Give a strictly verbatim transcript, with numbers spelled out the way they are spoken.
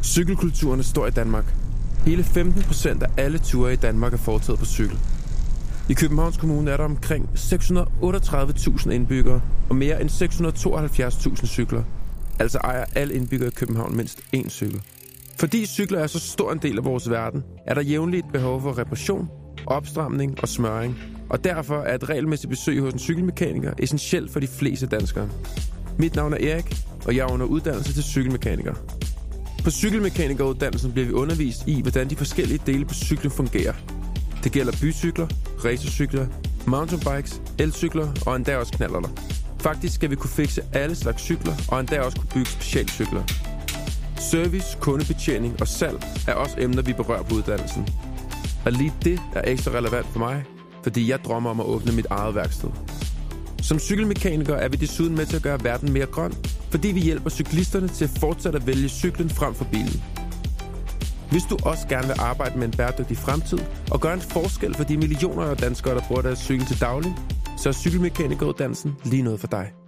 Cykelkulturen er stor i Danmark. Hele femten procent af alle ture i Danmark er foretaget på cykel. I Københavns Kommune er der omkring seks hundrede og otteogtredive tusind indbyggere og mere end seks hundrede og tooghalvfjerds tusind cykler. Altså ejer alle indbyggere i København mindst én cykel. Fordi cykler er så stor en del af vores verden, er der jævnligt et behov for reparation, opstramning og smøring. Og derfor er et regelmæssigt besøg hos en cykelmekaniker essentielt for de fleste danskere. Mit navn er Erik, og jeg er under uddannelse til cykelmekaniker. På cykelmekanikeruddannelsen bliver vi undervist i, hvordan de forskellige dele på cyklen fungerer. Det gælder bycykler, racercykler, mountainbikes, elcykler og endda også knallerter. Faktisk skal vi kunne fikse alle slags cykler og endda også kunne bygge specialcykler. Service, kundebetjening og salg er også emner, vi berører på uddannelsen. Og lige det er ekstra relevant for mig, fordi jeg drømmer om at åbne mit eget værksted. Som cykelmekaniker er vi desuden med til at gøre verden mere grøn, fordi vi hjælper cyklisterne til at fortsætte at vælge cyklen frem for bilen. Hvis du også gerne vil arbejde med en bæredygtig fremtid og gøre en forskel for de millioner af danskere, der bruger deres cykel til daglig, så er cykelmekanikeruddannelsen lige noget for dig.